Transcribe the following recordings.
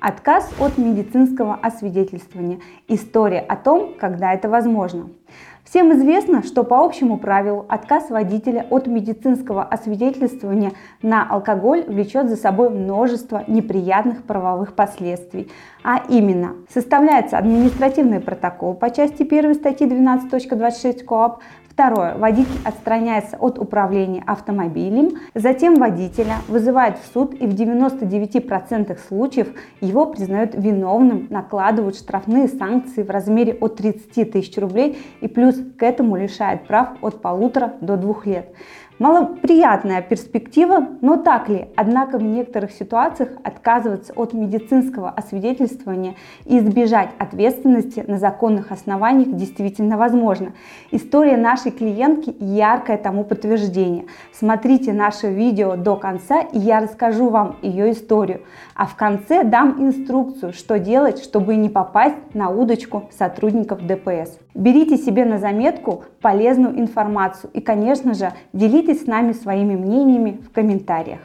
Отказ от медицинского освидетельствования. История о том, когда это возможно. Всем известно, что по общему правилу отказ водителя от медицинского освидетельствования на алкоголь влечет за собой множество неприятных правовых последствий. А именно, составляется административный протокол по части 1 статьи 12.26 КоАП. Второе. Водитель отстраняется от управления автомобилем. Затем водителя вызывают в суд, и в 99% случаев его признают виновным, накладывают штрафные санкции в размере от 30 тысяч рублей и плюс к этому лишают прав от 1,5 до 2 лет. Малоприятная перспектива, но так ли? Однако в некоторых ситуациях отказываться от медицинского освидетельствования и избежать ответственности на законных основаниях действительно возможно. История нашей клиентки – яркое тому подтверждение. Смотрите наше видео до конца, и я расскажу вам ее историю. А в конце дам инструкцию, что делать, чтобы не попасть на удочку сотрудников ДПС. Берите себе на заметку полезную информацию и, конечно же, делитесь с нами своими мнениями в комментариях.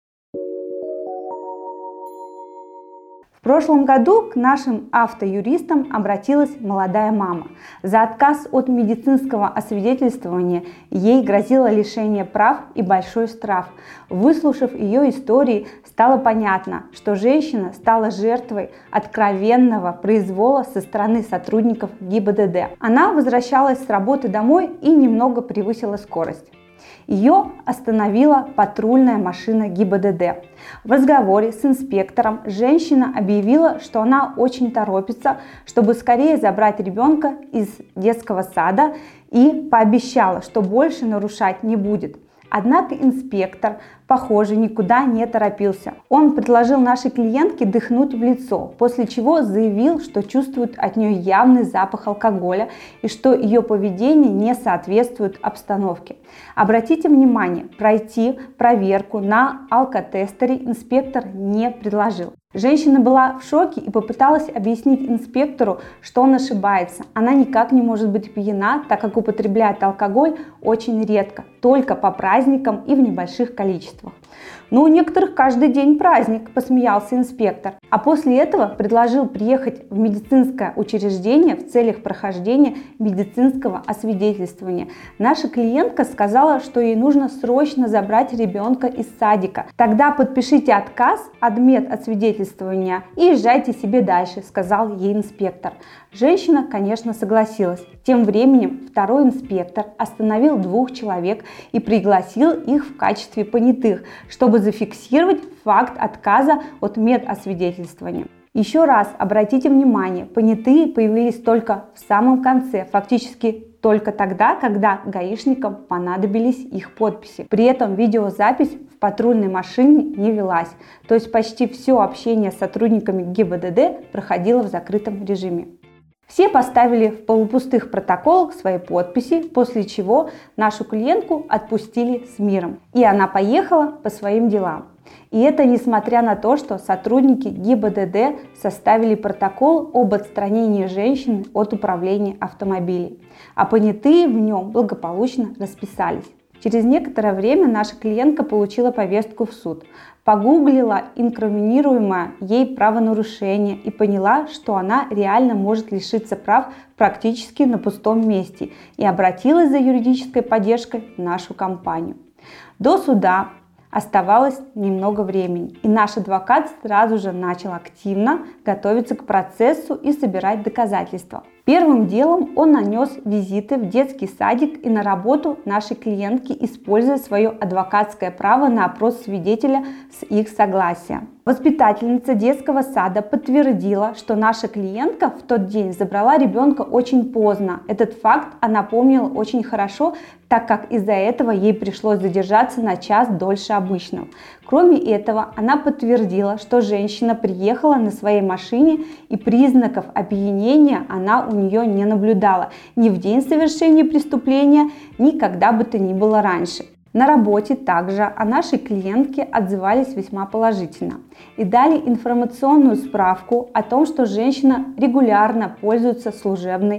В прошлом году к нашим автоюристам обратилась молодая мама. За отказ от медицинского освидетельствования ей грозило лишение прав и большой штраф. Выслушав ее истории, стало понятно, что женщина стала жертвой откровенного произвола со стороны сотрудников ГИБДД. Она возвращалась с работы домой и немного превысила скорость. Ее остановила патрульная машина ГИБДД. В разговоре с инспектором женщина объявила, что она очень торопится, чтобы скорее забрать ребенка из детского сада, и пообещала, что больше нарушать не будет. Однако инспектор, похоже, никуда не торопился. Он предложил нашей клиентке дыхнуть в лицо, после чего заявил, что чувствует от нее явный запах алкоголя и что ее поведение не соответствует обстановке. Обратите внимание, пройти проверку на алкотестере инспектор не предложил. Женщина была в шоке и попыталась объяснить инспектору, что он ошибается. Она никак не может быть пьяна, так как употребляет алкоголь очень редко, только по праздникам и в небольших количествах. «Ну, у некоторых каждый день праздник», – посмеялся инспектор. А после этого предложил приехать в медицинское учреждение в целях прохождения медицинского освидетельствования. Наша клиентка сказала, что ей нужно срочно забрать ребенка из садика. «Тогда подпишите отказ от медосвидетельствования и езжайте себе дальше», – сказал ей инспектор. Женщина, конечно, согласилась. Тем временем второй инспектор остановил 2 человек и пригласил их в качестве понятых, чтобы зафиксировать факт отказа от медосвидетельствования. Еще раз обратите внимание, понятые появились только в самом конце, фактически только тогда, когда гаишникам понадобились их подписи. При этом видеозапись в патрульной машине не велась, то есть почти все общение с сотрудниками ГИБДД проходило в закрытом режиме. Все поставили в полупустых протоколах свои подписи, после чего нашу клиентку отпустили с миром, и она поехала по своим делам. И это несмотря на то, что сотрудники ГИБДД составили протокол об отстранении женщины от управления автомобилем, а понятые в нем благополучно расписались. Через некоторое время наша клиентка получила повестку в суд, погуглила инкриминируемое ей правонарушение и поняла, что она реально может лишиться прав практически на пустом месте, и обратилась за юридической поддержкой в нашу компанию. До суда оставалось немного времени, и наш адвокат сразу же начал активно готовиться к процессу и собирать доказательства. Первым делом он нанес визиты в детский садик и на работу нашей клиентки, используя свое адвокатское право на опрос свидетеля с их согласия. Воспитательница детского сада подтвердила, что наша клиентка в тот день забрала ребенка очень поздно. Этот факт она помнила очень хорошо, так как из-за этого ей пришлось задержаться на час дольше обычного. Кроме этого, она подтвердила, что женщина приехала на своей машине, и признаков опьянения она у нее не наблюдала ни в день совершения преступления, ни когда бы то ни было раньше. На работе также о нашей клиентке отзывались весьма положительно и дали информационную справку о том, что женщина регулярно пользуется служебной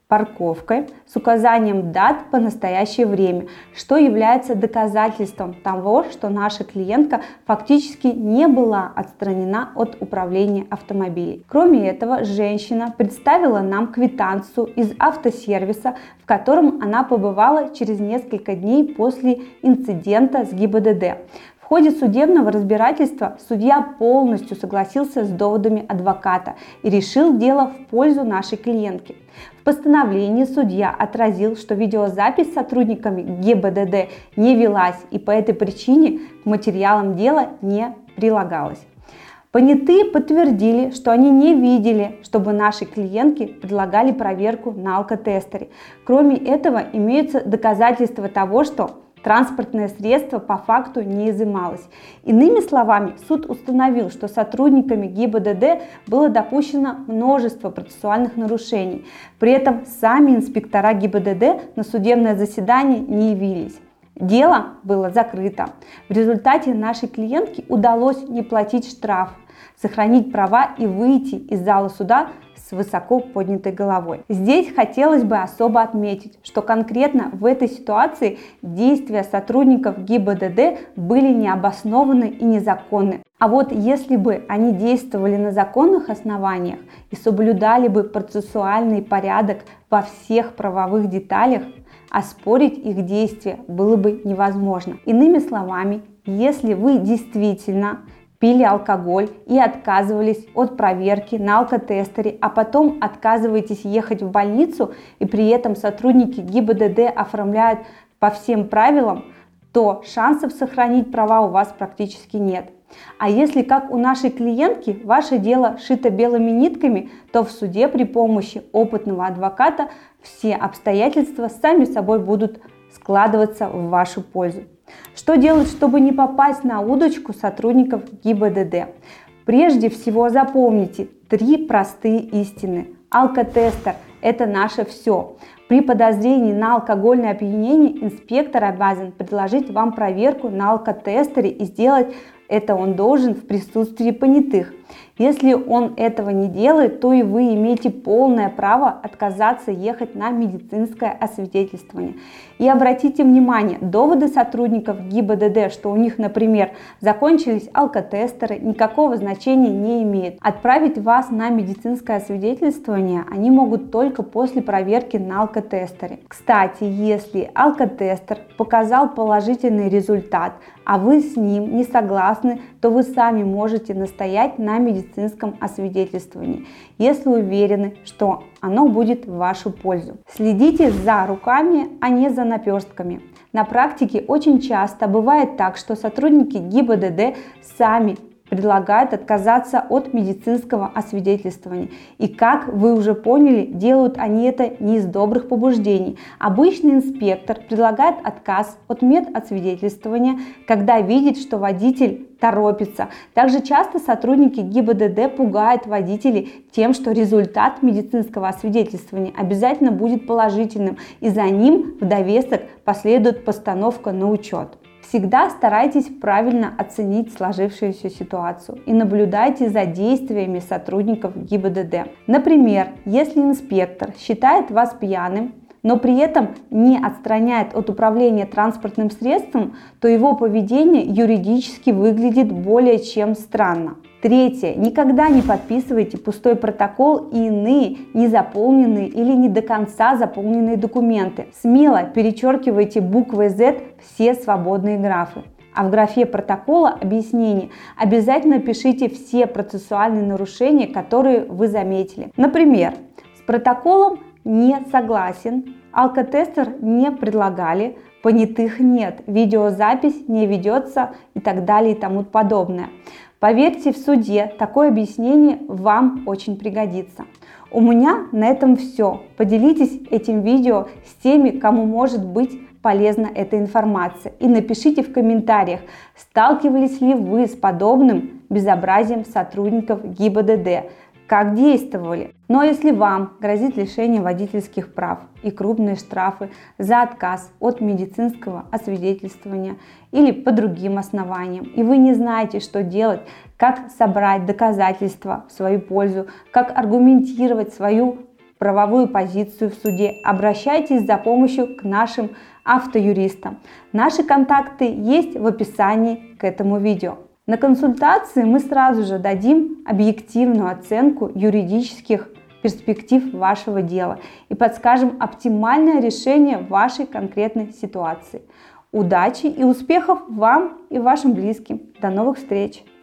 парковкой с указанием дат по настоящее время, что является доказательством того, что наша клиентка фактически не была отстранена от управления автомобилем. Кроме этого, женщина представила нам квитанцию из автосервиса, в котором она побывала через несколько дней после инцидента с ГИБДД. В ходе судебного разбирательства судья полностью согласился с доводами адвоката и решил дело в пользу нашей клиентки. В постановлении судья отразил, что видеозапись сотрудниками ГИБДД не велась и по этой причине к материалам дела не прилагалась. Понятые подтвердили, что они не видели, чтобы наши клиентки предлагали проверку на алкотестере. Кроме этого, имеются доказательства того, что транспортное средство по факту не изымалось. Иными словами, суд установил, что сотрудниками ГИБДД было допущено множество процессуальных нарушений. При этом сами инспектора ГИБДД на судебное заседание не явились. Дело было закрыто. В результате нашей клиентке удалось не платить штраф, сохранить права и выйти из зала суда с высоко поднятой головой. Здесь хотелось бы особо отметить, что конкретно в этой ситуации действия сотрудников ГИБДД были необоснованы и незаконны. А вот если бы они действовали на законных основаниях и соблюдали бы процессуальный порядок во всех правовых деталях, оспорить их действия было бы невозможно. Иными словами, если вы действительно пили алкоголь и отказывались от проверки на алкотестере, а потом отказываетесь ехать в больницу и при этом сотрудники ГИБДД оформляют по всем правилам, то шансов сохранить права у вас практически нет. А если, как у нашей клиентки, ваше дело шито белыми нитками, то в суде при помощи опытного адвоката все обстоятельства сами собой будут складываться в вашу пользу. Что делать, чтобы не попасть на удочку сотрудников ГИБДД? Прежде всего запомните 3 простые истины. Алкотестер – это наше все. При подозрении на алкогольное опьянение инспектор обязан предложить вам проверку на алкотестере, и сделать это он должен в присутствии понятых. Если он этого не делает, то и вы имеете полное право отказаться ехать на медицинское освидетельствование. И обратите внимание, доводы сотрудников ГИБДД, что у них, например, закончились алкотестеры, никакого значения не имеют. Отправить вас на медицинское освидетельствование они могут только после проверки на алкотестере. Кстати, если алкотестер показал положительный результат, а вы с ним не согласны, то вы сами можете настоять на медицинском освидетельствовании, если уверены, что оно будет в вашу пользу. Следите за руками, а не за наперстками. На практике очень часто бывает так, что сотрудники ГИБДД сами предлагают отказаться от медицинского освидетельствования. И как вы уже поняли, делают они это не из добрых побуждений. Обычный инспектор предлагает отказ от медосвидетельствования, когда видит, что водитель торопится. Также часто сотрудники ГИБДД пугают водителей тем, что результат медицинского освидетельствования обязательно будет положительным, и за ним в довесок последует постановка на учет. Всегда старайтесь правильно оценить сложившуюся ситуацию и наблюдайте за действиями сотрудников ГИБДД. Например, если инспектор считает вас пьяным, но при этом не отстраняет от управления транспортным средством, то его поведение юридически выглядит более чем странно. Третье. Никогда не подписывайте пустой протокол и иные незаполненные или не до конца заполненные документы. Смело перечеркивайте буквой Z все свободные графы. А в графе протокола объяснений обязательно пишите все процессуальные нарушения, которые вы заметили. Например, с протоколом не согласен, алкотестер не предлагали, понятых нет, видеозапись не ведется и так далее и тому подобное. Поверьте, в суде такое объяснение вам очень пригодится. У меня на этом все. Поделитесь этим видео с теми, кому может быть полезна эта информация. И напишите в комментариях, сталкивались ли вы с подобным безобразием сотрудников ГИБДД, как действовали. Но если вам грозит лишение водительских прав и крупные штрафы за отказ от медицинского освидетельствования или по другим основаниям, и вы не знаете, что делать, как собрать доказательства в свою пользу, как аргументировать свою правовую позицию в суде, обращайтесь за помощью к нашим автоюристам. Наши контакты есть в описании к этому видео. На консультации мы сразу же дадим объективную оценку юридических перспектив вашего дела и подскажем оптимальное решение вашей конкретной ситуации. Удачи и успехов вам и вашим близким. До новых встреч!